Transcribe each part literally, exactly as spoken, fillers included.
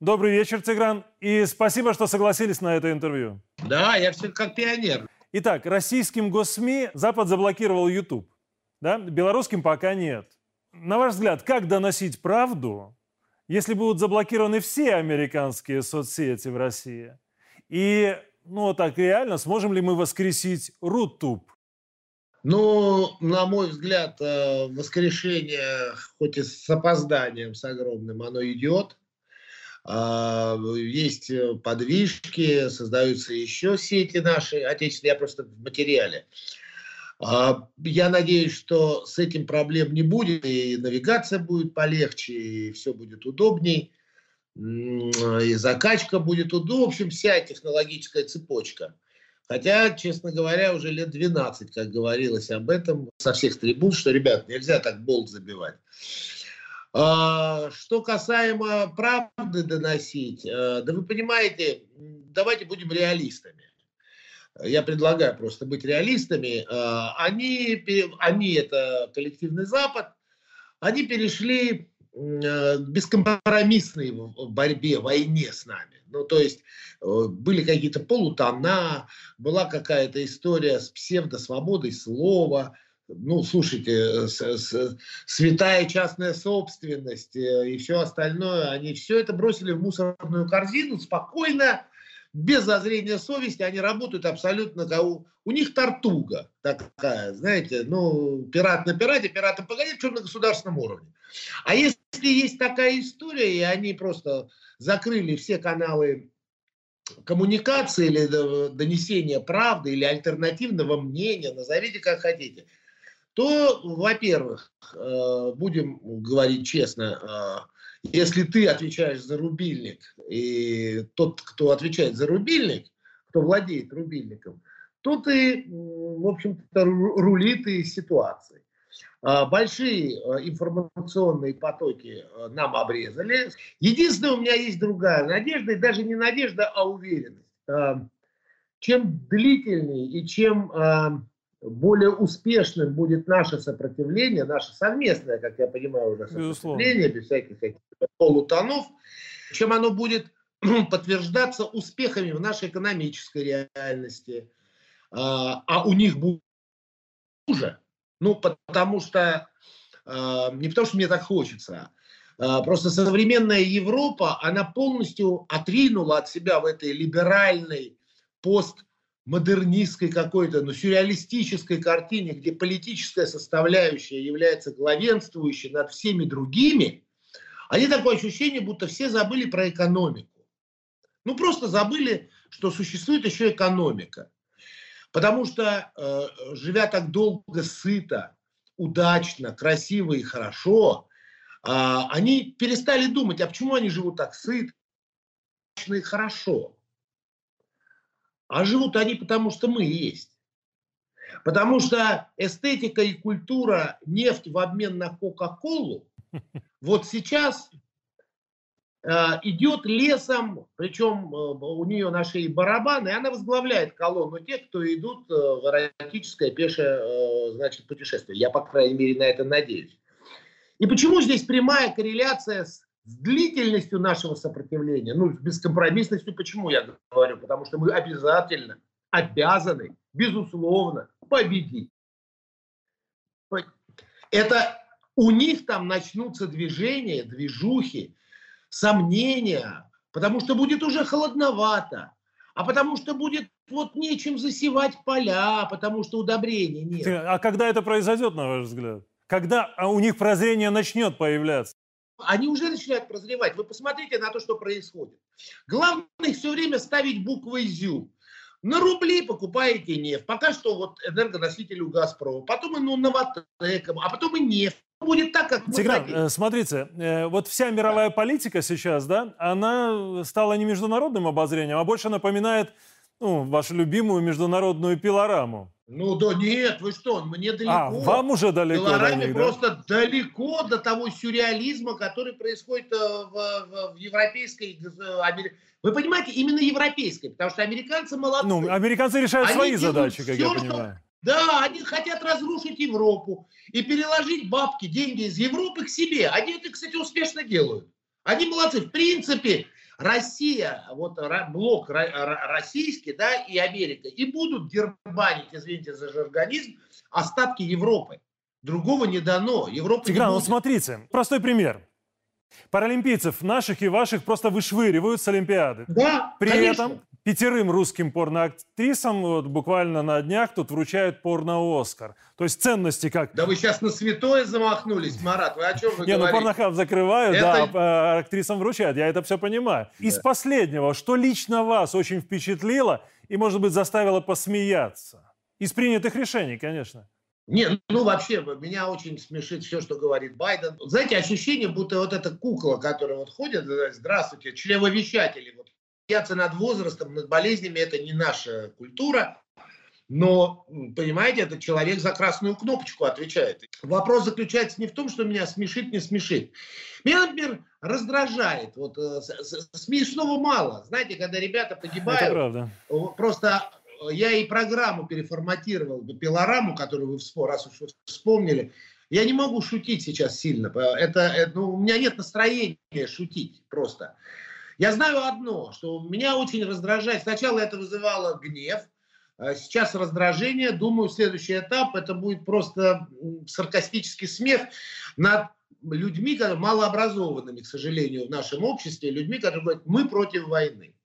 Добрый вечер, Тигран. И спасибо, что согласились на это интервью. Да, я все как пионер. Итак, российским госсми Запад заблокировал YouTube. Да? Белорусским пока нет. На ваш взгляд, как доносить правду, если будут заблокированы все американские соцсети в России? И, ну, так реально, сможем ли мы воскресить Рутуб? Ну, на мой взгляд, воскрешение, хоть и с опозданием, с огромным, оно идет. Есть подвижки, создаются еще сети наши отечественные, я просто в материале. Я надеюсь, что с этим проблем не будет, и навигация будет полегче, и все будет удобней, и закачка будет удобнее, в общем, вся технологическая цепочка. Хотя, честно говоря, уже лет двенадцать, как говорилось об этом со всех трибун, что, ребят, нельзя так болт забивать. А, что касаемо правды доносить, да вы понимаете, давайте будем реалистами. Я предлагаю просто быть реалистами. Они, они это коллективный Запад, они перешли к бескомпромиссной борьбе, войне с нами. Ну, то есть были какие-то полутона, была какая-то история с псевдосвободой слова. Ну, слушайте, с, с, святая частная собственность и все остальное, они все это бросили в мусорную корзину спокойно, без зазрения совести, они работают абсолютно, у, у них тартуга такая, знаете, ну, пират на пирате, пиратом погодит, что на государственном уровне. А если есть такая история, и они просто закрыли все каналы коммуникации или донесения правды, или альтернативного мнения, назовите как хотите, то, во-первых, будем говорить честно, если ты отвечаешь за рубильник, и тот, кто отвечает за рубильник, кто владеет рубильником, то ты, в общем-то, рулит и ситуацией. Большие информационные потоки нам обрезали. Единственное, у меня есть другая надежда, и даже не надежда, а уверенность. Чем длительнее и чем более успешным будет наше сопротивление, наше совместное, как я понимаю, уже сопротивление, без всяких полутонов, чем оно будет подтверждаться успехами в нашей экономической реальности, а у них будет хуже. Ну, потому что, не потому что мне так хочется, просто современная Европа, она полностью отринула от себя в этой либеральной пост модернистской какой-то, ну, сюрреалистической картине, где политическая составляющая является главенствующей над всеми другими, они такое ощущение, будто все забыли про экономику. Ну, просто забыли, что существует еще экономика. Потому что, э, живя так долго, сыто, удачно, красиво и хорошо, э, они перестали думать, а почему они живут так сыто, удачно и хорошо. А живут они потому, что мы есть. Потому что эстетика и культура, нефть в обмен на Кока-Колу, вот сейчас э, идет лесом, причем э, у нее на шее барабан, и она возглавляет колонну тех, кто идут э, в эротическое пешее э, значит, путешествие. Я, по крайней мере, на это надеюсь. И почему здесь прямая корреляция с С длительностью нашего сопротивления, ну, с бескомпромиссностью, почему я говорю? Потому что мы обязательно, обязаны, безусловно, победить. Это у них там начнутся движения, движухи, сомнения, потому что будет уже холодновато, а потому что будет вот нечем засевать поля, потому что удобрений нет. А когда это произойдет, на ваш взгляд? Когда у них прозрение начнет появляться? Они уже начинают прозревать. Вы посмотрите на то, что происходит. Главное все время ставить буквой ЗЮ. На рубли покупаете нефть. Пока что вот энергоносителю «Газпрома». Потом и ну, «Новатэком», а потом и нефть. Будет так, как мы Тигран, хотим. Смотрите, вот вся мировая да. политика сейчас, да, она стала не международным обозрением, а больше напоминает, ну, вашу любимую международную пилораму. Ну да нет, вы что, мне далеко. А, вам уже далеко Пилораме до них, просто да? далеко до того сюрреализма, который происходит в, в, в европейской... Вы понимаете, именно европейской, потому что американцы молодцы. Ну, американцы решают они свои задачи, как все, я что... понимаю. Да, они хотят разрушить Европу и переложить бабки, деньги из Европы к себе. Они это, кстати, успешно делают. Они молодцы. В принципе, Россия, вот блок российский, да, и Америка, и будут дербанить, извините за жаргонизм, остатки Европы. Другого не дано. Европа Тигран, не вот смотрите, простой пример. Паралимпийцев наших и ваших просто вышвыривают с Олимпиады. Да, При конечно. этом пятерым русским порноактрисам вот, буквально на днях тут вручают порно-Оскар. То есть ценности как... Да вы сейчас на святое замахнулись, Марат. Вы о чем вы Не, говорите? ну порнохаб закрывают, это... да, а актрисам вручают. Я это все понимаю. Да. Из последнего, что лично вас очень впечатлило и, может быть, заставило посмеяться? Из принятых решений, конечно. Не, ну вообще, меня очень смешит все, что говорит Байден. Знаете, ощущение, будто вот эта кукла, которая вот ходит, здравствуйте, чревовещатели, вот, смеяться над возрастом, над болезнями, это не наша культура. Но, понимаете, этот человек за красную кнопочку отвечает. Вопрос заключается не в том, что меня смешит, не смешит. Меня, например, раздражает. Вот, смешного мало. Знаете, когда ребята погибают, это правда. Просто... Я и программу переформатировал, пилораму, которую вы вспомнили, раз уж вы вспомнили. Я не могу шутить сейчас сильно. Это, это, ну, у меня нет настроения шутить просто. Я знаю одно, что меня очень раздражает. Сначала это вызывало гнев, сейчас раздражение. Думаю, следующий этап это будет просто саркастический смех над людьми, малообразованными, к сожалению, в нашем обществе, людьми, которые говорят, мы против войны.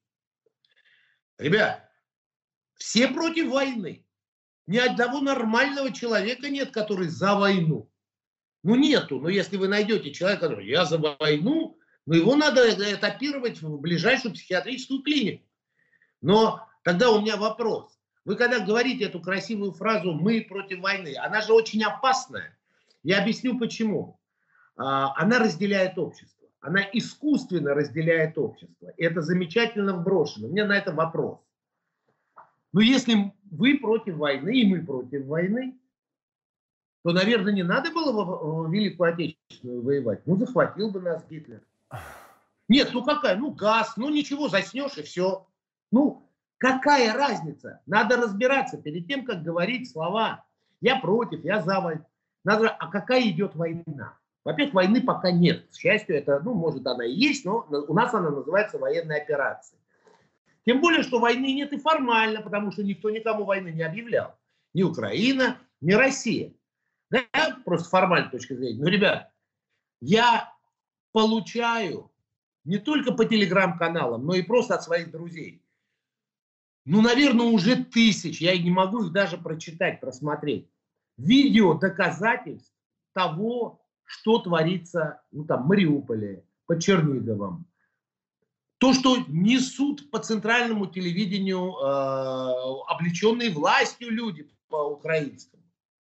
Ребят, все против войны. Ни одного нормального человека нет, который за войну. Ну нету. Но если вы найдете человека, который я за войну, ну его надо этапировать в ближайшую психиатрическую клинику. Но тогда у меня вопрос. Вы когда говорите эту красивую фразу «мы против войны», она же очень опасная. Я объясню почему. Она разделяет общество. Она искусственно разделяет общество. И это замечательно вброшено. У меня на это вопрос. Но если вы против войны, и мы против войны, то, наверное, не надо было в Великую Отечественную воевать. Ну, захватил бы нас Гитлер. Нет, ну какая? Ну, газ, ну ничего, заснешь и все. Ну, какая разница? Надо разбираться перед тем, как говорить слова. Я против, я за войну. Надо, а какая идет война? Во-первых, войны пока нет. К счастью, это, ну, может, она и есть, но у нас она называется военной операцией. Тем более, что войны нет и формально, потому что никто никому войны не объявлял. Ни Украина, ни Россия. Да, просто формальной точки зрения. Но, ребят, я получаю не только по телеграм-каналам, но и просто от своих друзей. Ну, наверное, уже тысяч, я не могу их даже прочитать, просмотреть. Видео доказательств того, что творится, ну, там, в Мариуполе, под Черниговом. То, что несут по центральному телевидению э, облеченные властью люди по украинскому.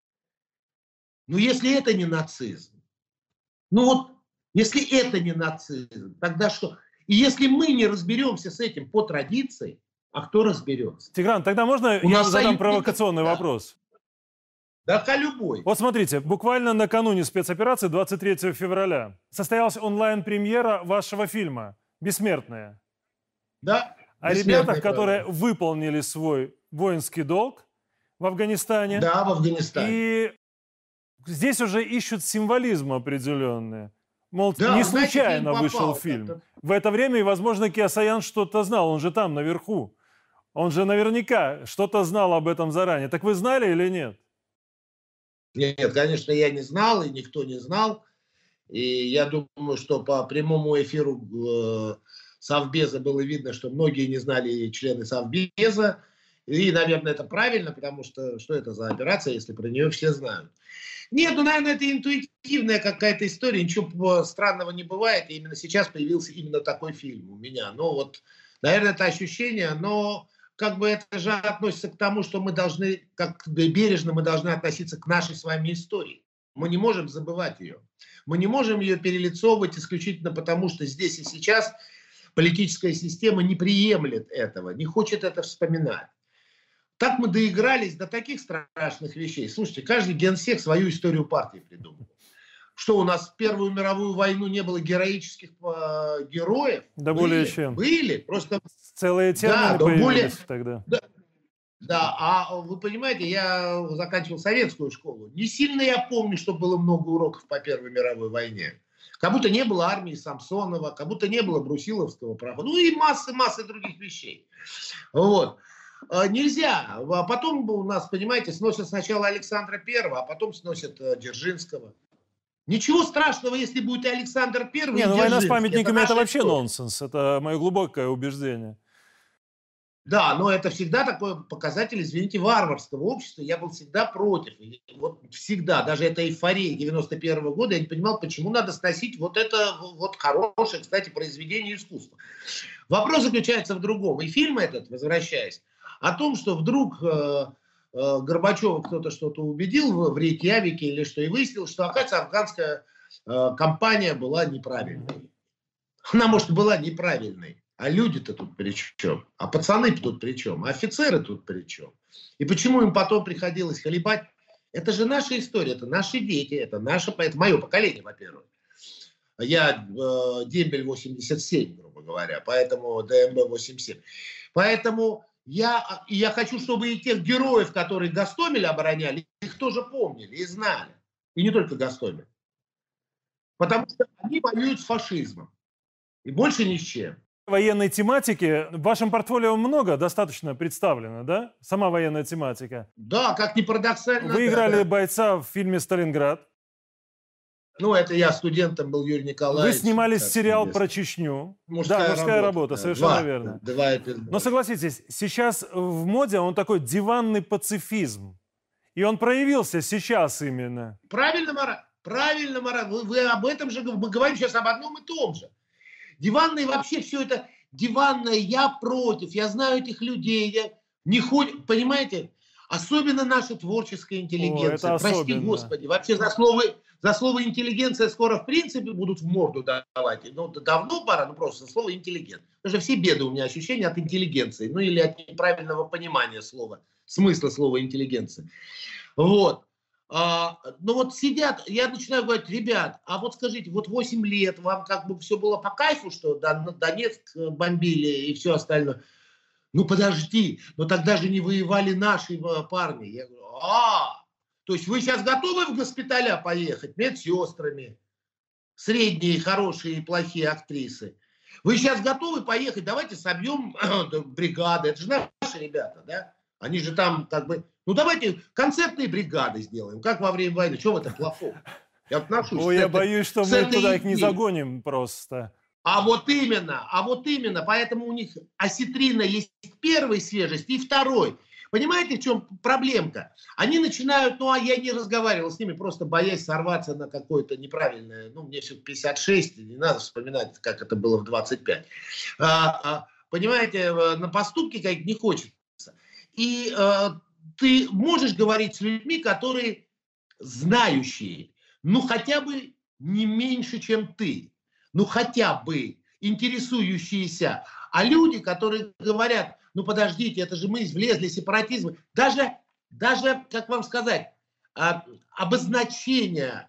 Ну, если это не нацизм, ну вот, если это не нацизм, тогда что? И если мы не разберемся с этим по традиции, а кто разберется? Тигран, тогда можно У я нас задам союз... провокационный да. вопрос? Да, любой. Вот смотрите, буквально накануне спецоперации, двадцать третьего февраля, состоялась онлайн-премьера вашего фильма «Бессмертные». Да. О ребятах, которые выполнили свой воинский долг в Афганистане. Да, в Афганистане. И здесь уже ищут символизм определенный. Мол, да, не знаете, случайно фильм вышел фильм. В это время, и, возможно, Киасаян что-то знал. Он же там, наверху. Он же наверняка что-то знал об этом заранее. Так вы знали или нет? Нет, конечно, я не знал, и никто не знал. И я думаю, что по прямому эфиру э, Совбеза было видно, что многие не знали члены Совбеза. И, наверное, это правильно, потому что что это за операция, если про нее все знают. Нет, ну, наверное, это интуитивная какая-то история, ничего странного не бывает. И именно сейчас появился именно такой фильм у меня. Ну вот, наверное, это ощущение, но как бы это же относится к тому, что мы должны, как бережно мы должны относиться к нашей с вами истории. Мы не можем забывать ее. Мы не можем ее перелицовывать исключительно потому, что здесь и сейчас политическая система не приемлет этого, не хочет это вспоминать. Так мы доигрались до таких страшных вещей. Слушайте, каждый генсек свою историю партии придумал. Что у нас в Первую мировую войну не было героических э, героев? Да были, более чем. Были. Просто... Целые термины да, появились более... тогда. Да, да, а вы понимаете, я заканчивал советскую школу. Не сильно я помню, что было много уроков по Первой мировой войне. Как будто не было армии Самсонова, как будто не было Брусиловского прохода, ну и массы-массы других вещей. Вот. Нельзя. А потом у нас, понимаете, сносят сначала Александра Первого, а потом сносят Дзержинского. Ничего страшного, если будет и Александр Первый, Не, и ну война с Дзержинский. памятниками это, это вообще история. нонсенс. Это мое глубокое убеждение. Да, но это всегда такой показатель, извините, варварского общества. Я был всегда против. И вот всегда, даже эта эйфория девяносто первого года, я не понимал, почему надо сносить вот это вот хорошее, кстати, произведение искусства. Вопрос заключается в другом. И фильм этот, возвращаясь, о том, что вдруг э, э, Горбачева кто-то что-то убедил в, в Рейкьявике или что, и выяснил, что, оказывается, афганская э, кампания была неправильной. Она, может, была неправильной. А люди-то тут при чем? А пацаны тут при чем? А офицеры тут при чем? И почему им потом приходилось хлебать? Это же наша история, это наши дети, это наше, это мое поколение, во-первых. Я э, дембель восемьдесят семь, грубо говоря, поэтому ДМБ восемьдесят семь. Поэтому я, я хочу, чтобы и тех героев, которые Гостомель обороняли, их тоже помнили и знали. И не только Гостомель. Потому что они воюют с фашизмом. И больше ни с чем. Военной тематики в вашем портфолио много, достаточно представлено, да? Сама военная тематика. Да, как ни парадоксально. Вы да, играли да. бойца в фильме «Сталинград». Ну, это я студентом был, Юрий Николаевич. Вы снимались в сериал про Чечню. Мужская да, «Мужская работа», работа, совершенно два, верно. Два эпизода. Но согласитесь, сейчас в моде он такой диванный пацифизм. И он проявился сейчас именно. Правильно, Марат, правильно, Марат. Вы, вы об этом же, мы говорим сейчас об одном и том же. Диванные вообще все это, диванное, я против, я знаю этих людей, я не ходят, понимаете, особенно наша творческая интеллигенция. О, это Прости, особенно. Господи, вообще за слово, за слово интеллигенция скоро в принципе будут в морду давать. Ну, давно пора, ну просто слово интеллигент. Потому что все беды у меня ощущения от интеллигенции, ну или от неправильного понимания слова, смысла слова интеллигенция. Вот. А, ну вот сидят, я начинаю говорить, ребят, а вот скажите, вот восемь лет вам как бы все было по кайфу, что Донецк бомбили и все остальное. Ну подожди, но тогда же не воевали наши парни. Я говорю, а, то есть вы сейчас готовы в госпиталя поехать медсестрами, средние, хорошие и плохие актрисы? Вы сейчас готовы поехать, давайте собьем бригады, это же наши ребята, да? Они же там как бы... Ну, давайте концертные бригады сделаем, как во время войны. Чего в этом плохого? Я отношусь. Ой, я этой, боюсь, что мы туда их не загоним просто. А вот именно, а вот именно. Поэтому у них осетрина есть первой свежести и второй. Понимаете, в чем проблемка? Они начинают, ну, а я не разговаривал с ними, просто боясь сорваться на какое-то неправильное, ну, мне все пятьдесят шесть, не надо вспоминать, как это было в двадцать пять. А, а, понимаете, на поступки как не хочется. И а, ты можешь говорить с людьми, которые знающие, ну хотя бы не меньше, чем ты, ну хотя бы интересующиеся. А люди, которые говорят, ну подождите, это же мы влезли в сепаратизм, даже, даже, как вам сказать, обозначения,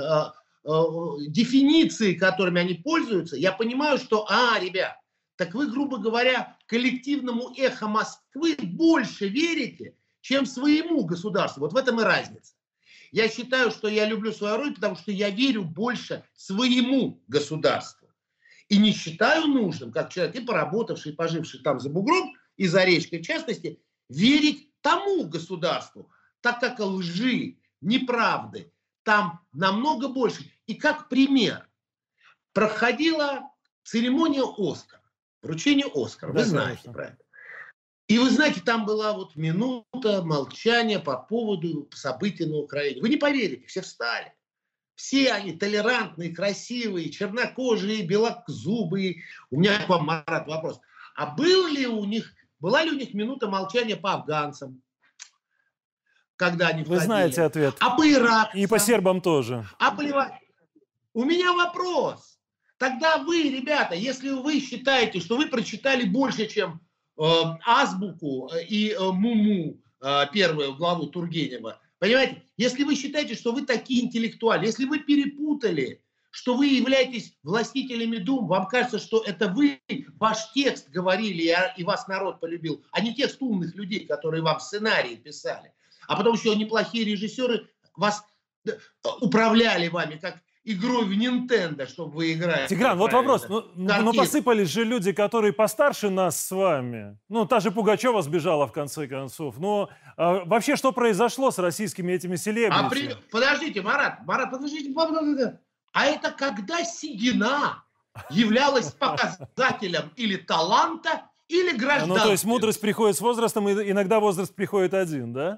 дефиниции, которыми они пользуются, я понимаю, что, а, ребят, так вы, грубо говоря, коллективному эхо Москвы больше верите, чем своему государству. Вот в этом и разница. Я считаю, что я люблю свою родину, потому что я верю больше своему государству. И не считаю нужным, как человек, и поработавший, и поживший там за бугром, и за речкой в частности, верить тому государству, так как лжи, неправды там намного больше. И как пример, проходила церемония Оскара, вручение Оскара, Да, вы знаете, конечно. правильно? И вы знаете, там была вот минута молчания по поводу событий на Украине. Вы не поверите, все встали. Все они толерантные, красивые, чернокожие, белозубые. У меня к вам, Марат, вопрос. А был ли у них, была ли у них минута молчания по афганцам, когда они входили? Вы знаете ответ. А по иракцам? И по сербам тоже. А по... У меня вопрос. Тогда вы, ребята, если вы считаете, что вы прочитали больше, чем э, Азбуку и э, Муму, э, первую главу Тургенева, понимаете, если вы считаете, что вы такие интеллектуальные, если вы перепутали, что вы являетесь властителями дум, вам кажется, что это вы, ваш текст говорили, и вас народ полюбил, а не текст умных людей, которые вам сценарии писали. А потом еще неплохие режиссеры вас управляли вами, как игрой в Nintendo, чтобы вы играли. Тигран, вот вопрос. Ну, ну, посыпались же люди, которые постарше нас с вами. Ну, та же Пугачева сбежала, в конце концов. Но а, вообще, что произошло с российскими этими селебрити? А при... Подождите, Марат, Марат, подождите. А это когда седина являлась показателем или таланта, или гражданства? Ну, то есть мудрость приходит с возрастом, и иногда возраст приходит один, да?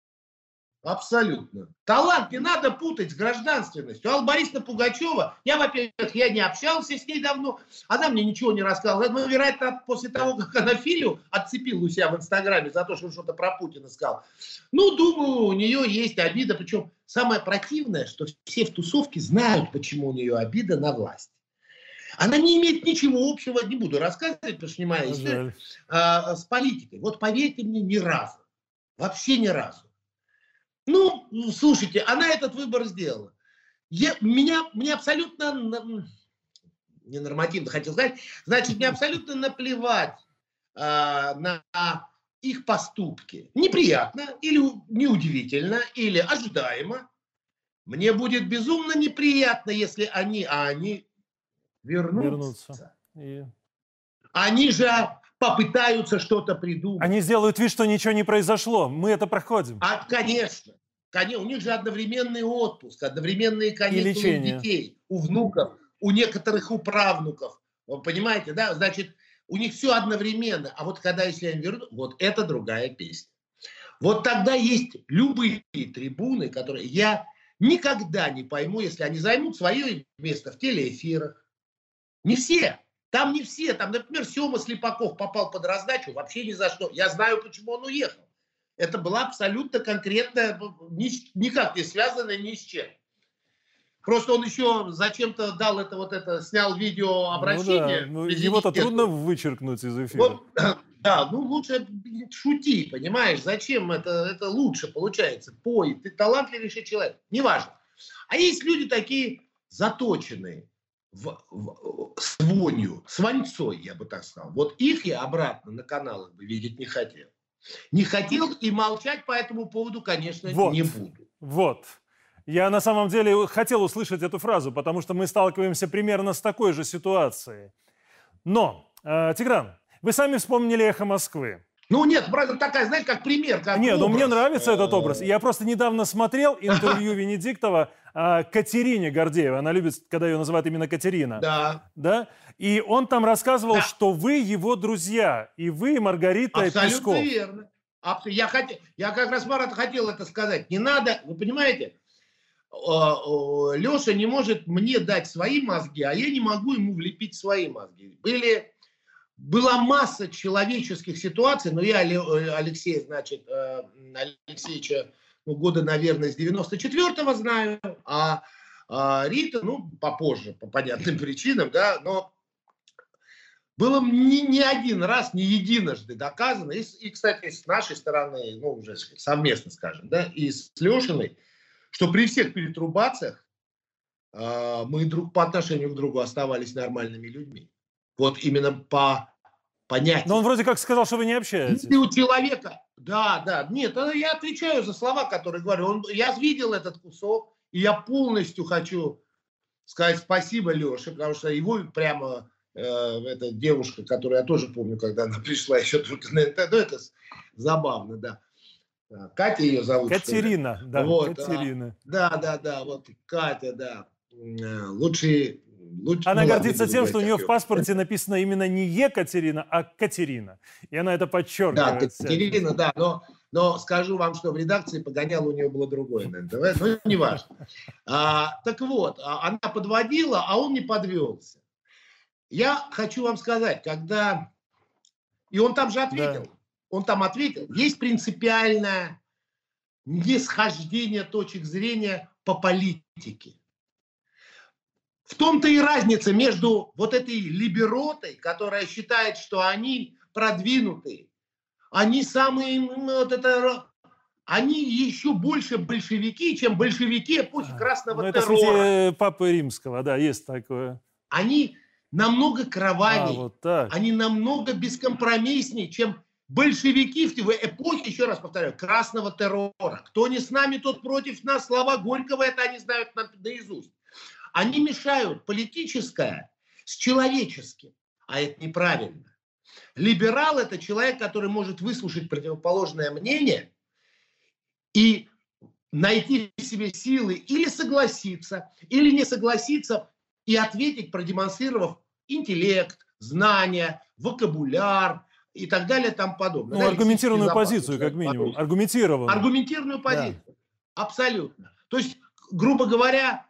Абсолютно. Талант не надо путать с гражданственностью. Алла Борисовна Пугачева, я, во-первых, я не общался с ней давно, она мне ничего не рассказала. Ну, вероятно, после того, как она Филю отцепила у себя в Инстаграме за то, что он что-то про Путина сказал. Ну, думаю, у нее есть обида. Причем самое противное, что все в тусовке знают, почему у нее обида на власть. Она не имеет ничего общего, не буду рассказывать, потому что не моя история, а, с политикой. Вот поверьте мне, ни разу. Вообще ни разу. Ну, слушайте, она этот выбор сделала. Я, меня, мне абсолютно, не нормативно хотел сказать, значит, мне абсолютно наплевать а, на их поступки. Неприятно, или неудивительно, или ожидаемо. Мне будет безумно неприятно, если они, а они вернутся. вернутся. И... Они же попытаются что-то придумать. Они сделают вид, что ничего не произошло. Мы это проходим. А, конечно. конечно. У них же одновременный отпуск, одновременные каникулы у детей, у внуков, у некоторых у правнуков. Вы понимаете, да? Значит, у них все одновременно. А вот когда, если они вернут, вот это другая песня. Вот тогда есть любые трибуны, которые я никогда не пойму, если они займут свое место в телеэфирах. Не все. Там не все. Там, например, Сема Слепаков попал под раздачу вообще ни за что. Я знаю, почему он уехал. Это была абсолютно конкретная, никак не связанная ни с чем. Просто он еще зачем-то дал это вот это, снял видеообращение. Ну да, ну, его-то трудно вычеркнуть из эфира. Вот, да, ну лучше шути, понимаешь, зачем это, это лучше получается. Пой, ты талантливейший человек, неважно. А есть люди такие заточенные. В, в, с вонью, с вонцой, я бы так сказал. Вот их я обратно на каналах бы видеть не хотел. Не хотел и молчать по этому поводу, конечно, вот, не буду. Вот. Я на самом деле хотел услышать эту фразу, потому что мы сталкиваемся примерно с такой же ситуацией. Но, э, Тигран, вы сами вспомнили «Эхо Москвы». Ну нет, правда, такая, знаете, как пример, как Нет, образ. ну мне нравится этот образ. Я просто недавно смотрел интервью Венедиктова э, Катерине Гордеевой. Она любит, когда ее называют именно Катерина. Да. Да? И он там рассказывал, да. что вы его друзья, и вы, Маргарита Абсолютно Песков. Абсолютно верно. Я, хот... я как раз, Марат, хотел это сказать. Не надо, вы понимаете, Леша не может мне дать свои мозги, а я не могу ему влепить свои мозги. Были... Была масса человеческих ситуаций, но я Алексея, значит, Алексеевича, ну, года, наверное, с девяносто четвёртого знаю, а, а Рита, ну, попозже, по понятным причинам, да, но было не, не один раз, не единожды доказано, и, и, кстати, с нашей стороны, ну, уже совместно, скажем, да, и с Лешиной, что при всех перетрубациях э, мы друг по отношению к другу оставались нормальными людьми. Вот именно по понятию. Но он вроде как сказал, что вы не общаетесь. Если у человека... Да, да. Нет, я отвечаю за слова, которые говорю. Он, я видел этот кусок, и я полностью хочу сказать спасибо Леше, потому что его прямо... Э, эта девушка, которую я тоже помню, когда она пришла еще только на эн тэ, ну, это забавно, да. Катя ее зовут. Катерина, да, вот, Катерина. Да, да, да, вот Катя, да. Лучшие... Лучше, она ну, гордится ладно, тем, что у нее такое. в паспорте написано именно не Екатерина, а Катерина. И она это подчеркивает. Да, Катерина, да, но, но скажу вам, что в редакции погоняло у нее было другое на эн тэ вэ, но не важно. А, так вот, она подводила, а он не подвелся. Я хочу вам сказать, когда... И он там же ответил. Да. Он там ответил. Есть принципиальное несхождение точек зрения по политике. В том-то и разница между вот этой либеротой, которая считает, что они продвинутые, они самые, вот это, они еще больше большевики, чем большевики эпохи Красного ну, террора. Это Папы Римского, да, есть такое. Они намного кровавее, а, вот так. Они намного бескомпромисснее, чем большевики в эпохе, еще раз повторяю, Красного террора. Кто не с нами, тот против нас. Слова Горького, это они знают наизусть. Они мешают политическое с человеческим, а это неправильно. Либерал – это человек, который может выслушать противоположное мнение и найти в себе силы или согласиться, или не согласиться и ответить, продемонстрировав интеллект, знания, вокабуляр и так далее и тому подобное. Ну, да, аргументированную позицию, как минимум. Аргументированную. Аргументированную позицию. Да. Абсолютно. То есть, грубо говоря,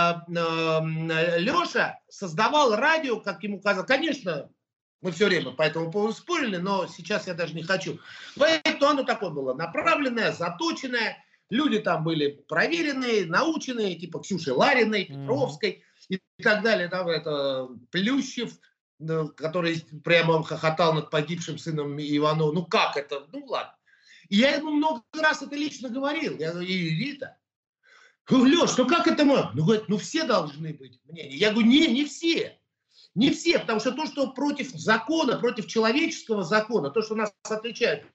Леша создавал радио, как ему казалось. Конечно, мы все время по этому поводу спорили, но сейчас я даже не хочу. Поэтому оно такое было направленное, заточенное. Люди там были проверенные, наученные, типа Ксюши Лариной, Петровской mm-hmm. и так далее. Там это Плющев, который прямо хохотал над погибшим сыном Иванова. Ну как это? Ну ладно. И я ему много раз это лично говорил. Я говорю, и Рита. Леш, ну как это можно? Ну, говорит, ну все должны быть мнения. Я говорю, не, не все. Не все, потому что то, что против закона, против человеческого закона, то, что нас отличает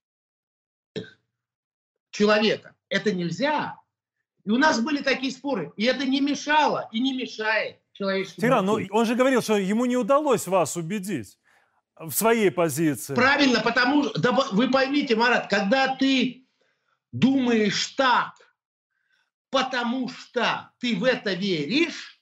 человека, это нельзя. И у нас были такие споры. И это не мешало и не мешает человеческому. Тиран, но он же говорил, что ему не удалось вас убедить в своей позиции. Правильно, потому что, да, вы поймите, Марат, когда ты думаешь так, потому что ты в это веришь,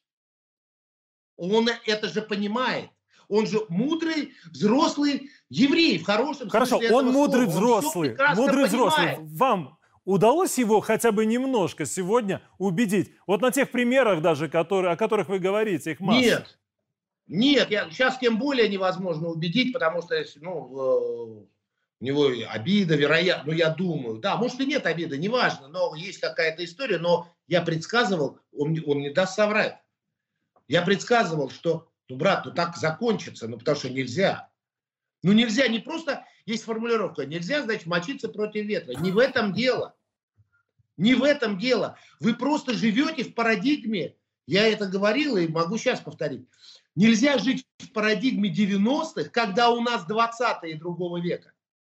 он это же понимает. Он же мудрый, взрослый еврей, в хорошем Хорошо, смысле он этого мудрый слова. взрослый, Он мудрый взрослый. понимает. Вам удалось его хотя бы немножко сегодня убедить? Вот на тех примерах даже, которые, о которых вы говорите, их масса. Нет, нет, я, сейчас тем более невозможно убедить, потому что ну, у него обида, вероятно, ну я думаю, да, может и нет обиды, неважно, но есть какая-то история, но я предсказывал, он, он не даст соврать. Я предсказывал, что, ну, брат, ну так закончится, ну потому что нельзя. Ну нельзя, не просто, есть формулировка, нельзя, значит, мочиться против ветра. Не в этом дело. Не в этом дело. Вы просто живете в парадигме, я это говорил и могу сейчас повторить. Нельзя жить в парадигме девяностых, когда у нас двадцатые другого века.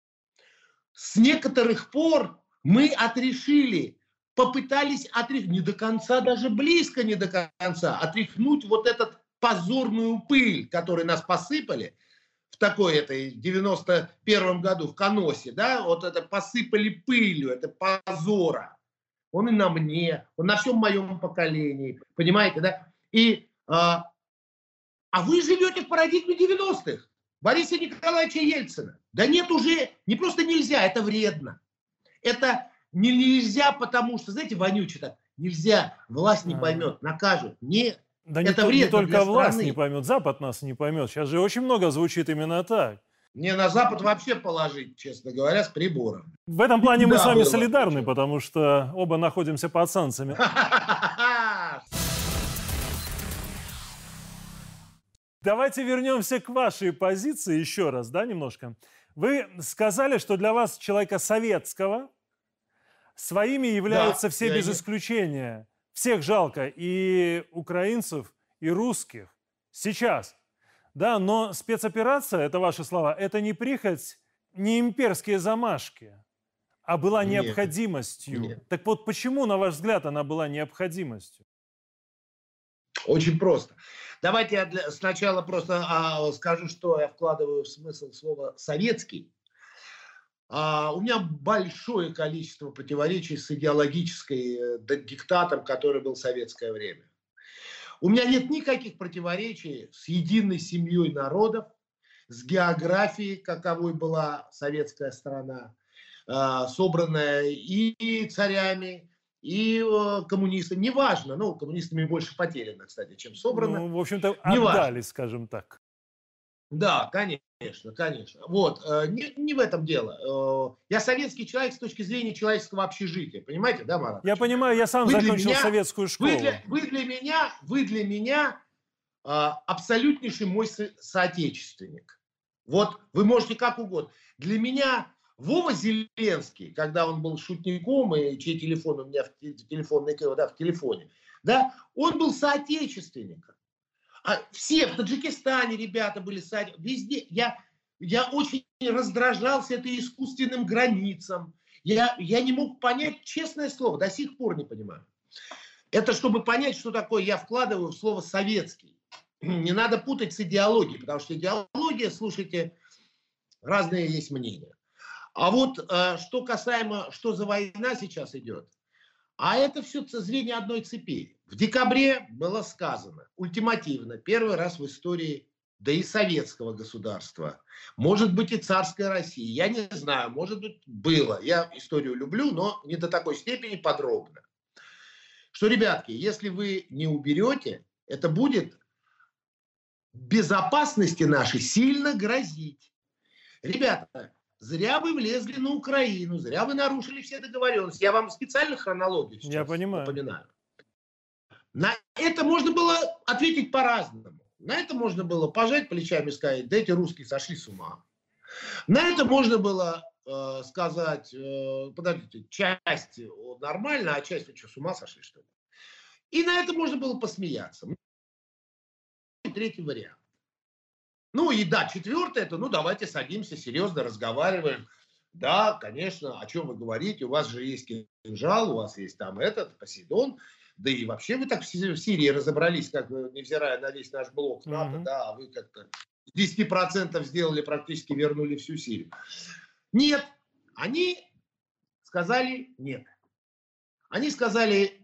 С некоторых пор мы отрешили, попытались отряхнуть, не до конца, даже близко не до конца, отряхнуть вот этот позорную пыль, которой нас посыпали в такой этой девяносто первом году в Каносе, да, вот это посыпали пылью, это позора. Он и на мне, он на всем моем поколении, понимаете, да? И, а, а вы живете в парадигме девяностых, Бориса Николаевича Ельцина. Да нет, уже не просто нельзя, это вредно. Это не, нельзя, потому что, знаете, вонюче так, нельзя, власть не поймет, накажут. Нет, да это не, вредно не только для власть страны. не поймет, Запад нас не поймет. Сейчас же очень много звучит именно так. Мне на Запад вообще положить, честно говоря, с прибором. В этом плане мы да, с вами было. солидарны, потому что оба находимся под санкциями. Давайте вернемся к вашей позиции еще раз, да, немножко. Вы сказали, что для вас, человека советского, своими являются да, все без исключения. Всех жалко, и украинцев, и русских. Сейчас. Да, но спецоперация, это ваши слова, это не прихоть, не имперские замашки, а была Нет. необходимостью. Нет. Так вот, почему, на ваш взгляд, она была необходимостью? Очень просто. Давайте я для, сначала просто а, скажу, что я вкладываю в смысл слова «советский». А, у меня большое количество противоречий с идеологической э, диктатом, который был в советское время. У меня нет никаких противоречий с единой семьей народов, с географией, каковой была советская страна, э, собранная и царями, и э, коммунистами, неважно, ну, коммунистами больше потеряно, кстати, чем собрано. Ну, в общем-то, неважно. Отдали, скажем так. Да, конечно, конечно. Вот, э, не, не в этом дело. Э, я советский человек с точки зрения человеческого общежития, понимаете, да, Марат? Я понимаю, я сам вы закончил меня, советскую школу. Вы для, вы для меня, вы для меня э, абсолютнейший мой со- соотечественник. Вот, вы можете как угодно. Для меня Вова Зеленский, когда он был шутником, и чей телефон у меня в, телефонной, да, в телефоне, да, он был соотечественником. А все в Таджикистане ребята были, везде. Я, я очень раздражался этой искусственным границам. Я, я не мог понять, честное слово, до сих пор не понимаю. Это чтобы понять, что такое я вкладываю в слово «советский». Не надо путать с идеологией, потому что идеология, слушайте, разные есть мнения. А вот э, что касаемо, что за война сейчас идет, а это все звенья одной цепи. В декабре было сказано ультимативно, первый раз в истории, да и советского государства, может быть и царской России, я не знаю, может быть было, я историю люблю, но не до такой степени подробно, что, ребятки, если вы не уберете, это будет безопасности нашей сильно грозить. Ребята, зря вы влезли на Украину, зря вы нарушили все договоренности. Я вам специально хронологию сейчас Я понимаю. напоминаю. На это можно было ответить по-разному. На это можно было пожать плечами и сказать, да эти русские сошли с ума. На это можно было э, сказать, э, подождите, часть нормально, а часть вы что, с ума сошли, что ли? И на это можно было посмеяться. Третий вариант. Ну и да, четвертый это, ну давайте садимся, серьезно разговариваем. Да, конечно, о чем вы говорите, у вас же есть кинжал, у вас есть там этот, Посейдон. Да и вообще вы так в Сирии разобрались, как невзирая на весь наш блок НАТО, mm-hmm. да, а вы как-то с десяти процентов сделали, практически вернули всю Сирию. Нет, они сказали нет. Они сказали,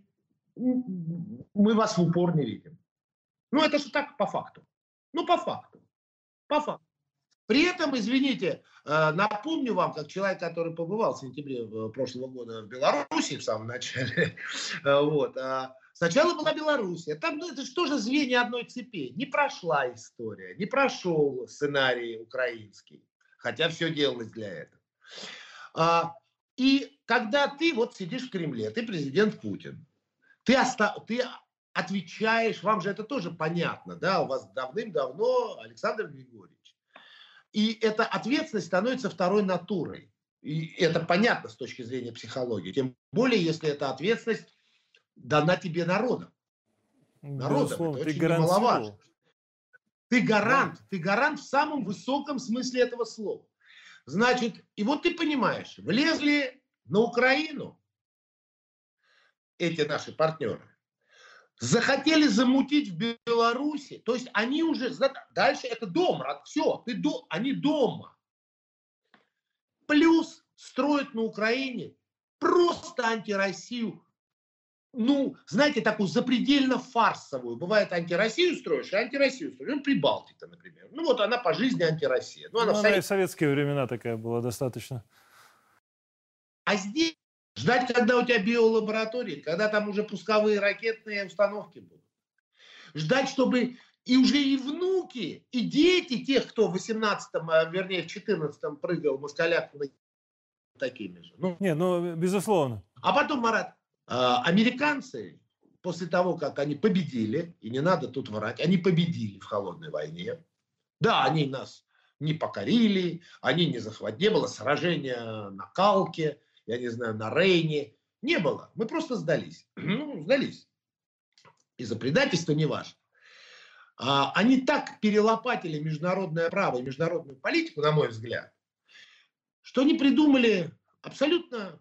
мы вас в упор не видим. Ну это же так по факту. Ну по факту. По факту. При этом, извините, напомню вам, как человек, который побывал в сентябре прошлого года в Беларуси в самом начале, вот, сначала была Белоруссия, там ну, это же тоже звенья одной цепи. Не прошла история, не прошел сценарий украинский, хотя все делалось для этого. И когда ты вот сидишь в Кремле, ты президент Путин, ты, оста- ты отвечаешь, вам же это тоже понятно, да, у вас давным-давно Александр Григорьевич. И эта ответственность становится второй натурой. И это понятно с точки зрения психологии. Тем более, если эта ответственность дана тебе народом. Народом. Это очень немаловажно. Ты гарант. Да. Ты гарант в самом высоком смысле этого слова. Значит, и вот ты понимаешь, влезли на Украину эти наши партнеры. Захотели замутить в Беларуси, то есть они уже, дальше это дом, все, ты до, они дома. Плюс строят на Украине просто антироссию, ну, знаете, такую запредельно фарсовую. Бывает антироссию строишь, и антироссию строишь. Ну, Прибалтика, например. Ну, вот она по жизни антироссия. Ну, она, ну, в она совет... и в советские времена такая была достаточно. А здесь ждать, когда у тебя биолаборатории, когда там уже пусковые ракетные установки будут. Ждать, чтобы и уже и внуки, и дети тех, кто в восемнадцатом, вернее в четырнадцатом прыгал москаляк такими же. Ну, не, ну, безусловно. А потом, Марат, американцы, после того, как они победили, и не надо тут врать, они победили в холодной войне. Да, они нас не покорили, они не захватили, не было сражения на Калке, я не знаю, на Рейне. Не было. Мы просто сдались. Ну, сдались. Из-за предательства не важно. А, они так перелопатили международное право и международную политику, на мой взгляд, что они придумали абсолютно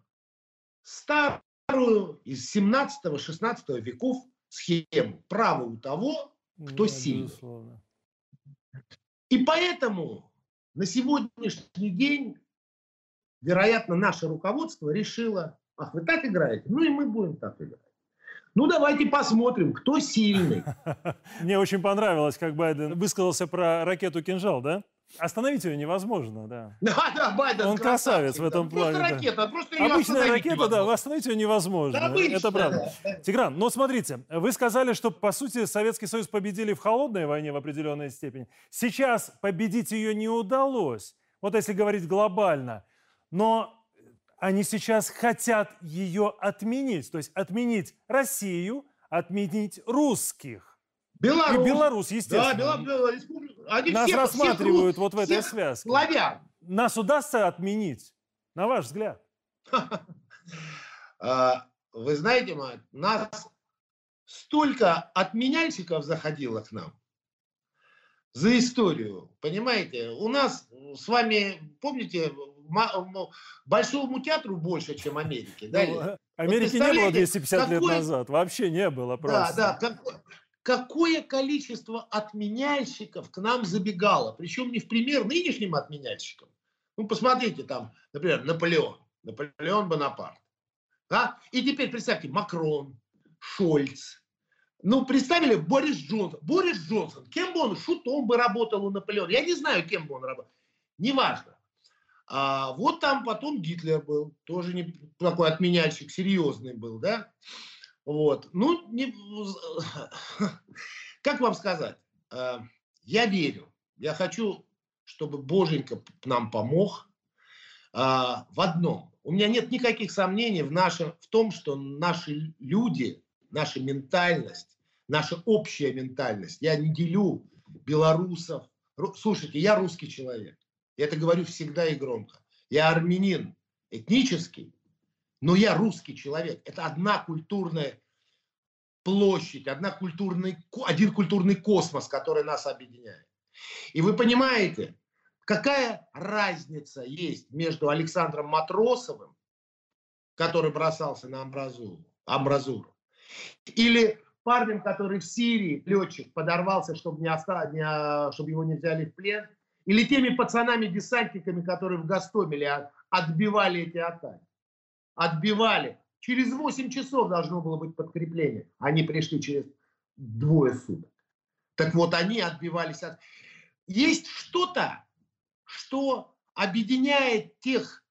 старую из семнадцатого-шестнадцатого веков схему. Право у того, кто да, сильный. Безусловно. И поэтому на сегодняшний день вероятно, наше руководство решило, ах, вы так играете, ну и мы будем так играть. Ну, давайте посмотрим, кто сильный. Мне очень понравилось, как Байден высказался про ракету «Кинжал», да? Остановить ее невозможно, да. Да, да, Байден он красавец в этом да. плане. Просто да. ракета, просто ее обычная ракета, невозможно. да, остановить ее невозможно. Да, обычная, это правда. Да. Тигран, но смотрите, вы сказали, что, по сути, Советский Союз победили в холодной войне в определенной степени. Сейчас победить ее не удалось. Вот если говорить глобально. Но они сейчас хотят ее отменить. То есть отменить Россию, отменить русских. Беларусь. И Беларусь, естественно. Да, Беларусь. Они Нас всех, рассматривают всех, вот в этой всех связке. Славян. Нас удастся отменить, на ваш взгляд? Вы знаете, мать, нас столько отменяльщиков заходило к нам за историю, понимаете? У нас с вами, помните, Большому театру больше, чем Америке, да? Ну, Америки не было двести пятьдесят какое... лет назад, вообще не было просто. Да, да, как... какое количество отменяльщиков к нам забегало, причем не в пример нынешним отменяльщикам. Ну, посмотрите, там, например, Наполеон, Наполеон Бонапарт. Да? И теперь представьте, Макрон, Шольц. Ну, представили, Борис Джонсон. Борис Джонсон, кем бы он, шутом бы работал у Наполеона. Я не знаю, кем бы он работал. Неважно. А вот там потом Гитлер был, тоже не такой отменяльщик, серьезный был, да? Вот. Ну, не... как вам сказать? Я верю, я хочу, чтобы Боженька нам помог в одном. У меня нет никаких сомнений в, нашем, в том, что наши люди, наша ментальность, наша общая ментальность, я не делю белорусов. Слушайте, я русский человек. Я это говорю всегда и громко. Я армянин этнический, но я русский человек. Это одна культурная площадь, одна культурный, один культурный космос, который нас объединяет. И вы понимаете, какая разница есть между Александром Матросовым, который бросался на амбразуру, амбразуру, или парнем, который в Сирии, летчик, подорвался, чтобы, не оста... не... чтобы его не взяли в плен, или теми пацанами-десантниками, которые в Гостомеле отбивали эти атаки. Отбивали. Через восемь часов должно было быть подкрепление. Они пришли через двое суток. Так вот, они отбивались от... Есть что-то, что объединяет тех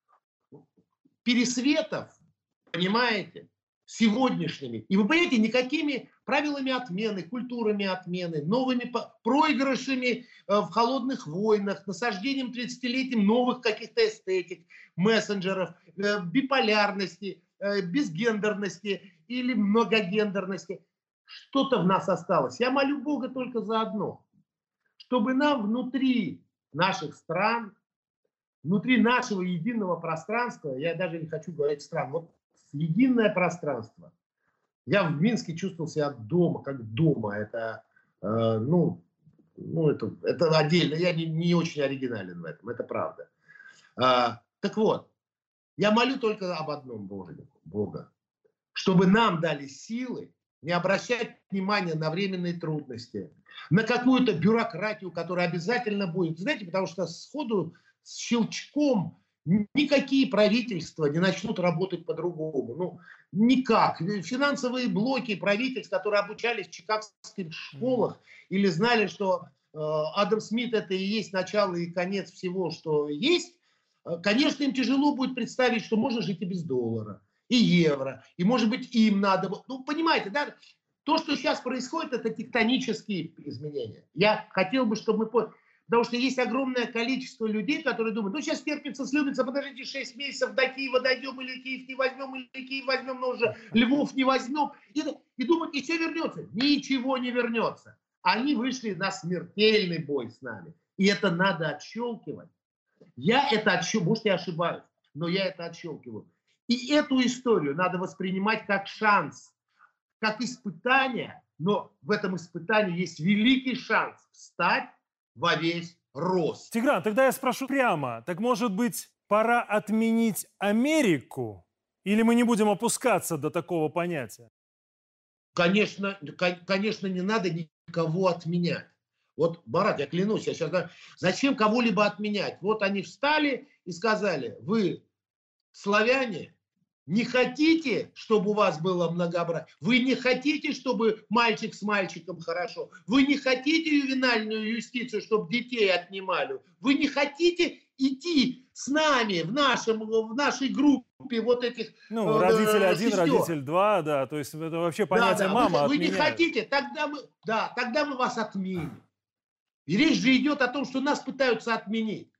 пересветов, понимаете, сегодняшними. И вы понимаете, никакими правилами отмены, культурами отмены, новыми проигрышами в холодных войнах, насаждением тридцатилетием новых каких-то эстетик, мессенджеров, биполярности, безгендерности или многогендерности. Что-то в нас осталось. Я молю Бога только за одно. Чтобы нам внутри наших стран, внутри нашего единого пространства, я даже не хочу говорить стран, вот единое пространство. Я в Минске чувствовал себя дома, как дома. Это, э, ну, ну, это, это отдельно. Я не, не очень оригинален в этом, это правда. А, так вот, я молю только об одном Бога, чтобы нам дали силы не обращать внимания на временные трудности, на какую-то бюрократию, которая обязательно будет. Знаете, потому что сходу, с щелчком никакие правительства не начнут работать по-другому. Ну, никак. Финансовые блоки правительств, которые обучались в чикагских школах или знали, что э, Адам Смит это и есть начало и конец всего, что есть, э, конечно, им тяжело будет представить, что можно жить и без доллара, и евро, и, может быть, им надо... Ну, понимаете, да? То, что сейчас происходит, это тектонические изменения. Я хотел бы, чтобы мы поняли... Потому что есть огромное количество людей, которые думают, ну сейчас терпится, слюбится, подождите шесть месяцев, до Киева дойдем, или Киев не возьмем, или Киев возьмем, но уже Львов не возьмем. И, и думают, и все вернется. Ничего не вернется. Они вышли на смертельный бой с нами. И это надо отщелкивать. Я это отщелкиваю, может я ошибаюсь, но я это отщелкиваю. И эту историю надо воспринимать как шанс, как испытание, но в этом испытании есть великий шанс встать во весь рост. Тигран, тогда я спрошу прямо. Так может быть, пора отменить Америку? Или мы не будем опускаться до такого понятия? Конечно, конечно, не надо никого отменять. Вот, Марат, я клянусь, я сейчас говорю, зачем кого-либо отменять? Вот они встали и сказали, вы, славяне, не хотите, чтобы у вас было многообразие? Вы не хотите, чтобы мальчик с мальчиком хорошо? Вы не хотите ювенальную юстицию, чтобы детей отнимали? Вы не хотите идти с нами в, нашем, в нашей группе вот этих... Ну, э, родитель один, сестер. Родитель два, да, то есть это вообще понятие да, да. мама Вы, вы не хотите, тогда мы, да, тогда мы вас отменим. И речь же идет о том, что нас пытаются отменить.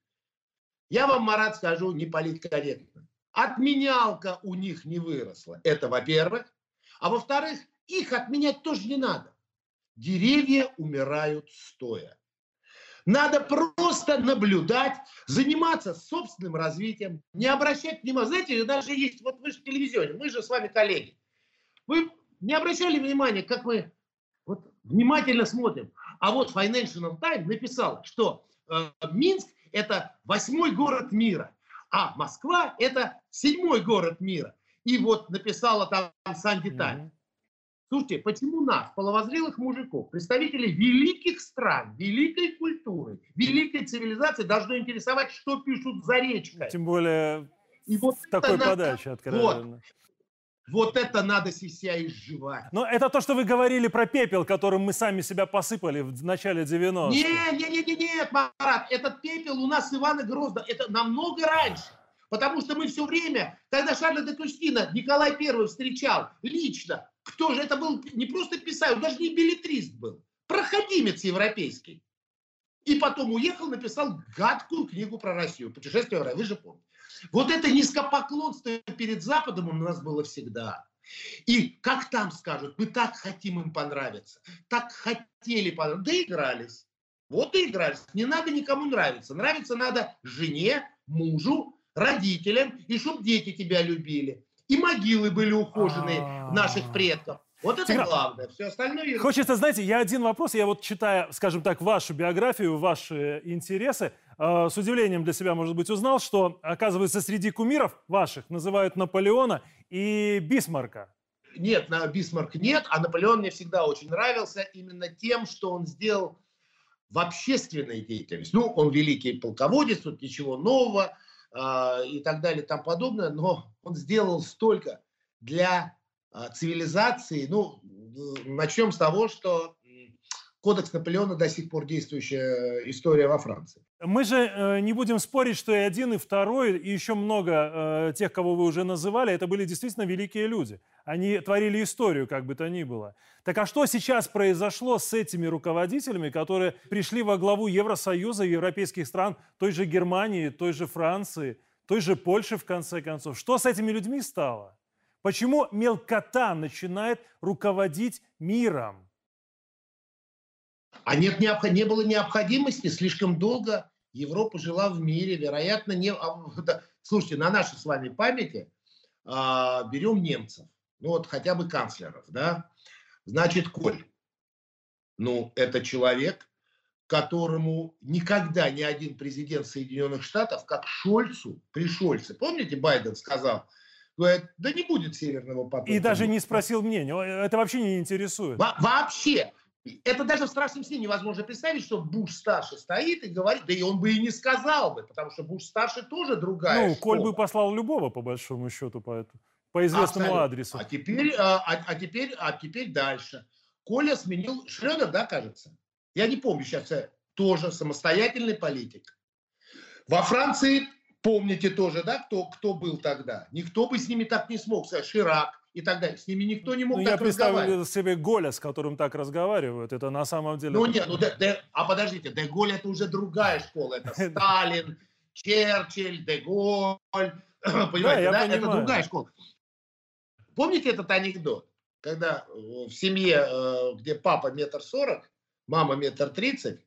Я вам, Марат, скажу неполиткорректно. Отменялка у них не выросла. Это во-первых. А во-вторых, их отменять тоже не надо. Деревья умирают стоя. Надо просто наблюдать, заниматься собственным развитием, не обращать внимания. Знаете, даже есть, вот вы же в телевизионе, мы же с вами коллеги. Вы не обращали внимания, как мы вот внимательно смотрим. А вот Financial Times написал, что э, Минск это восьмой город мира. А Москва – это седьмой город мира. и вот написала там Санди Тайм. Мгм. Слушайте, почему нас, половозрелых мужиков, представителей великих стран, великой культуры, великой цивилизации, должно интересовать, что пишут за речкой? Тем более И вот в это такой надо, подаче вот, откровенно. вот это надо себя изживать. Но это то, что вы говорили про пепел, которым мы сами себя посыпали в начале девяностых. Не, не, не, не, нет, Марат, этот пепел у нас Ивана Грозного, это намного раньше. Потому что мы все время, когда Шарля де Кюстина Николай Первый встречал лично, кто же это был, не просто писатель, он даже не беллетрист был, проходимец европейский. И потом уехал, написал гадкую книгу про Россию, «Путешествие в рай», вы же помните. Вот это низкопоклонство перед Западом у нас было всегда. И как там скажут, мы так хотим им понравиться, так хотели понравиться, доигрались. Вот и игрались. Не надо никому нравиться. Нравиться надо жене, мужу, родителям, и чтобы дети тебя любили. И могилы были ухоженные наших предков. Вот это Тигран, главное. Все остальное... хочется, знаете, я один вопрос, я вот читая, скажем так, вашу биографию, ваши интересы, э, с удивлением для себя, может быть, узнал, что, оказывается, среди кумиров ваших называют Наполеона и Бисмарка. Нет, на Бисмарк нет, а Наполеон мне всегда очень нравился именно тем, что он сделал в общественной деятельности. Ну, он великий полководец, тут ничего нового э, и так далее и тому подобное, но он сделал столько для э, цивилизации. Ну, начнем с того, что кодекс Наполеона до сих пор действующая история во Франции. Мы же э, не будем спорить, что и один, и второй, и еще много э, тех, кого вы уже называли, это были действительно великие люди. Они творили историю, как бы то ни было. Так а что сейчас произошло с этими руководителями, которые пришли во главу Евросоюза, европейских стран, той же Германии, той же Франции, той же Польши, в конце концов? Что с этими людьми стало? Почему мелкота начинает руководить миром? А нет, не было необходимости, слишком долго Европа жила в мире, вероятно, не... Слушайте, на нашей с вами памяти а, берем немцев, ну вот хотя бы канцлеров, да, значит, Коль, ну это человек, которому никогда ни один президент Соединенных Штатов, как Шольцу, при Шольце, помните, Байден сказал, говорит, да не будет Северного потока. И даже не спросил мнения, это вообще не интересует. Во вообще. Это даже в страшном сне невозможно представить, что Буш-старший стоит и говорит, да и он бы и не сказал бы, потому что Буш-старший тоже другая Ну, школа. Коль бы послал любого, по большому счету, по, этому, по известному Абсолютно. адресу. А теперь, а, а, теперь, а теперь дальше. Коля сменил Шредер, да, кажется? Я не помню сейчас, тоже самостоятельный политик. Во Франции, помните тоже, да, кто, кто был тогда? Никто бы с ними так не смог, Ширак и так далее. С ними никто не мог ну, так я разговаривать. представляю себе Голя, с которым так разговаривают. Это на самом деле... Ну нет, ну, де, де, а подождите, де Голь это уже другая школа. Это Сталин, Черчилль, де Голь. Понимаете, да? Это другая школа. Помните этот анекдот? Когда в семье, где папа метр сорок, мама метр тридцать,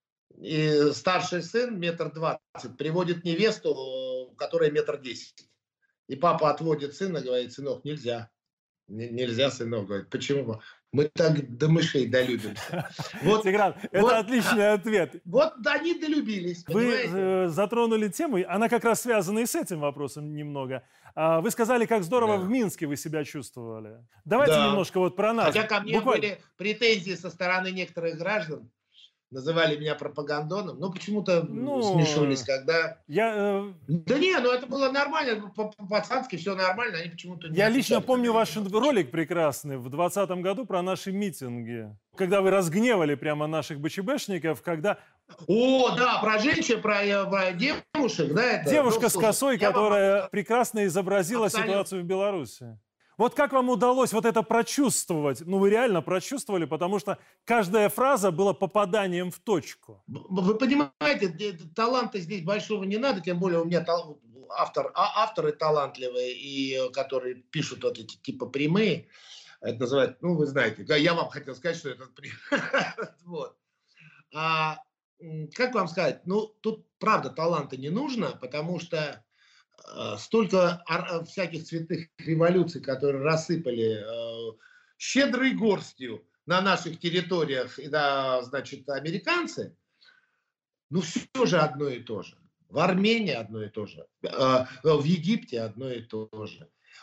и старший сын метр двадцать приводит невесту, которая метр десять. И папа отводит сына, говорит, сынок, нельзя. Нельзя, сынок, говорит. Почему? Мы так до мышей долюбимся. Вот, Тигран, это вот, отличный ответ. Вот они долюбились, понимаете? Вы затронули тему, она как раз связана и с этим вопросом немного. Вы сказали, как здорово да. в Минске вы себя чувствовали. Давайте да. немножко вот про нас. Хотя ко мне Буквально... были претензии со стороны некоторых граждан. Называли меня пропагандоном, но почему-то ну, смешались, когда... Я, э... Да не, ну это было нормально, по-пацански все нормально, они почему-то... Я лично помню ваш ролик прекрасный в двадцатом году про наши митинги, когда вы разгневали прямо наших БЧБшников, когда... О, да, про женщин, про, про девушек, да? Это... Девушка ну, с косой, которая вам... прекрасно изобразила Абсолютно. Ситуацию в Беларуси. Вот как вам удалось вот это прочувствовать? Ну, вы реально прочувствовали, потому что каждая фраза была попаданием в точку. Вы понимаете, таланта здесь большого не надо, тем более у меня тал... автор, а, авторы талантливые, и которые пишут вот эти типа прямые. Это называется, ну, вы знаете, я вам хотел сказать, что это... вот. А, как вам сказать? Ну, тут, правда, таланта не нужно, потому что столько всяких цветных революций, которые рассыпали э, щедрой горстью на наших территориях, и, да, значит, американцы, ну, все же одно и то же. В Армении одно и то же, э, в Египте одно и то же.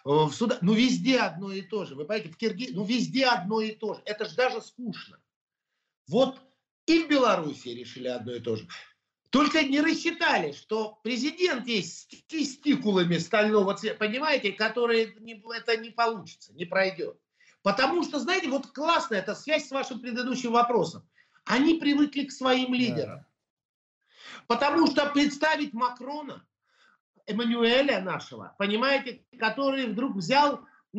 в Судан. Ну, везде одно и то же. Вы понимаете, в Киргизии, ну, везде одно и то же. Это же даже скучно. Вот и в Беларуси решили одно и то же. Только не рассчитали, что президент есть с тестикулами стального цвета, понимаете, которые не, это не получится, не пройдет. Потому что, знаете, вот классно, это связь с вашим предыдущим вопросом. Они привыкли к своим лидерам. Да. Потому что представить Макрона, Эммануэля нашего, понимаете, который вдруг взял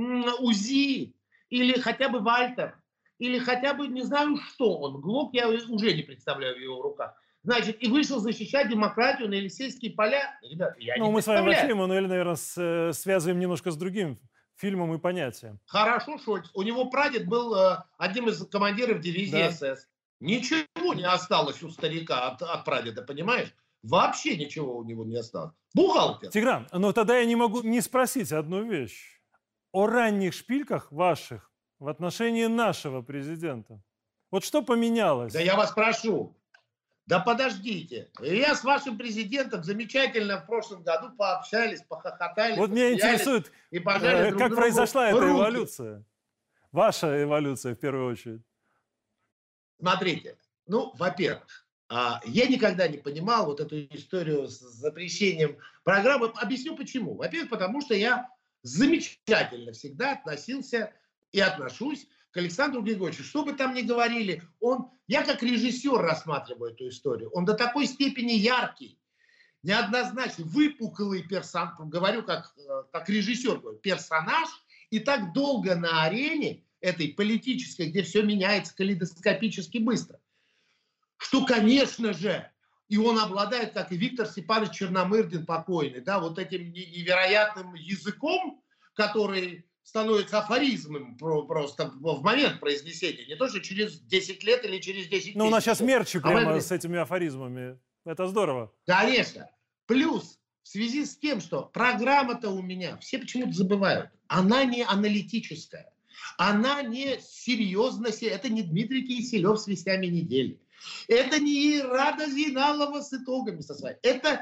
УЗИ или хотя бы Вальтер, или хотя бы не знаю что он, Глок я уже не представляю в его руках. Значит, и вышел защищать демократию на Елисейские поля. Ребята, я ну, не мы с вами вообще, Эммануэля, наверное, с, связываем немножко с другим фильмом и понятием. Хорошо, Шольц. У него прадед был э, одним из командиров дивизии да. СС. Ничего не осталось у старика от, от прадеда, понимаешь? Вообще ничего у него не осталось. Бухгалтер. Тигран, но тогда я не могу не спросить одну вещь. О ранних шпильках ваших в отношении нашего президента. Вот что поменялось? Да я вас прошу. Да подождите. Я с вашим президентом замечательно в прошлом году пообщались, похохотали. Вот меня интересует, и э, как произошла эта руки. эволюция. Ваша эволюция в первую очередь. Смотрите. Ну, во-первых, я никогда не понимал вот эту историю с запрещением программы. Объясню почему. Во-первых, потому что я замечательно всегда относился и отношусь к Александру Григорьевичу. Что бы там ни говорили, он, я как режиссер рассматриваю эту историю. Он до такой степени яркий, неоднозначный, выпуклый персонаж, говорю как, как режиссер, говорю, персонаж, и так долго на арене этой политической, где все меняется калейдоскопически быстро, что, конечно же, и он обладает, как и Виктор Степанович Черномырдин покойный, да, вот этим невероятным языком, который становится афоризмом просто в момент произнесения, не то, что через десять лет или через десять тысяч. Ну, у нас сейчас мерчи прямо а с этими афоризмами. Это здорово. Конечно. Плюс, в связи с тем, что программа-то у меня, все почему-то забывают, она не аналитическая, она не серьезная, это не Дмитрий Киселев с вестями недели, это не Рада Зейналова с итогами со своей. Это...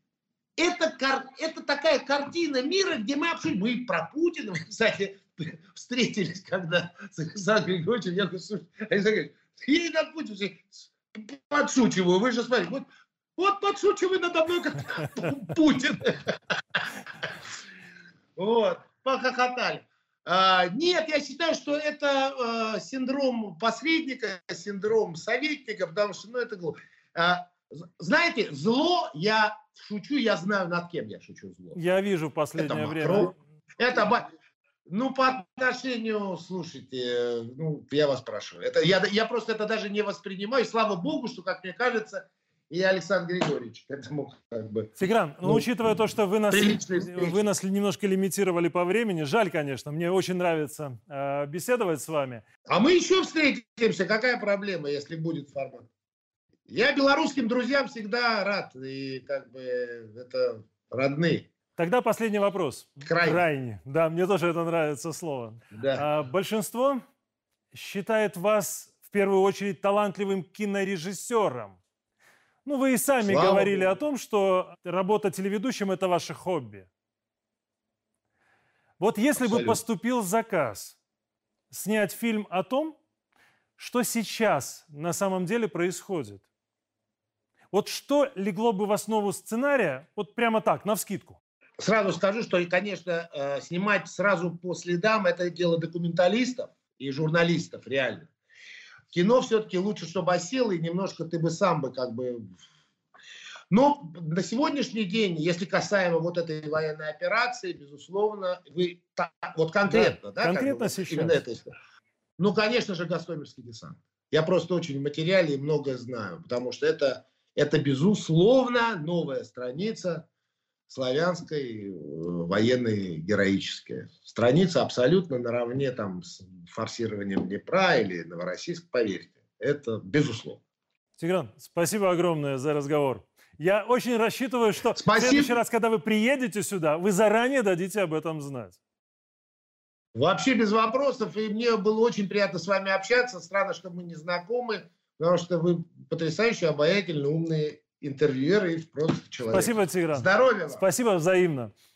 Это, это такая картина мира, где мы обсудим. Мы про Путина, кстати, встретились, когда с Александром Григорьевичем, я говорю, слушай, Александр Григорьевич, я над Путиным подшучиваю, вы же смотрите, вот, вот подшучиваю надо мной, как Путин. Вот, похохотали. А, нет, я считаю, что это а, синдром посредника, синдром советника, потому что, ну, это глупо. А, знаете, зло, я шучу, я знаю, над кем я шучу зло. Я вижу в последнее это время. Это, ну, по отношению, слушайте, ну, я вас прошу. Это, я, я просто это даже не воспринимаю. И слава богу, что, как мне кажется, и Александр Григорьевич к этому как бы... Тигран, ну, ну учитывая то, что вы нас, вы нас немножко лимитировали по времени, жаль, конечно, мне очень нравится э, беседовать с вами. А мы еще встретимся, какая проблема, если будет формат? Я белорусским друзьям всегда рад, и как бы это родные. Тогда последний вопрос. Крайне. Крайне. Да, мне тоже это нравится слово. Да. А, большинство считает вас в первую очередь талантливым кинорежиссером. Ну, вы и сами Слава говорили Богу. О том, что работа телеведущим – это ваше хобби. Вот если Абсолютно. Бы поступил заказ снять фильм о том, что сейчас на самом деле происходит, вот что легло бы в основу сценария, вот прямо так, навскидку? Сразу скажу, что, конечно, снимать сразу по следам – это дело документалистов и журналистов, реально. Кино все-таки лучше, чтобы осело, и немножко ты бы сам бы как бы... Но на сегодняшний день, если касаемо вот этой военной операции, безусловно, вы вот конкретно, да, да конкретно как бы, сейчас. Именно это, ну, конечно же, Гостомельский десант. Я просто очень в материале и многое знаю, потому что это, это безусловно новая страница славянской военной героической. Страница абсолютно наравне там с форсированием Днепра или Новороссийск, поверьте. Это безусловно. Тигран, спасибо огромное за разговор. Я очень рассчитываю, что спасибо. В следующий раз, когда вы приедете сюда, вы заранее дадите об этом знать. Вообще без вопросов. И мне было очень приятно с вами общаться. Странно, что мы не знакомы, потому что вы потрясающие, обаятельные, умные интервьюеры и просто человек. Спасибо, Тигран. Здоровья вам. Спасибо взаимно.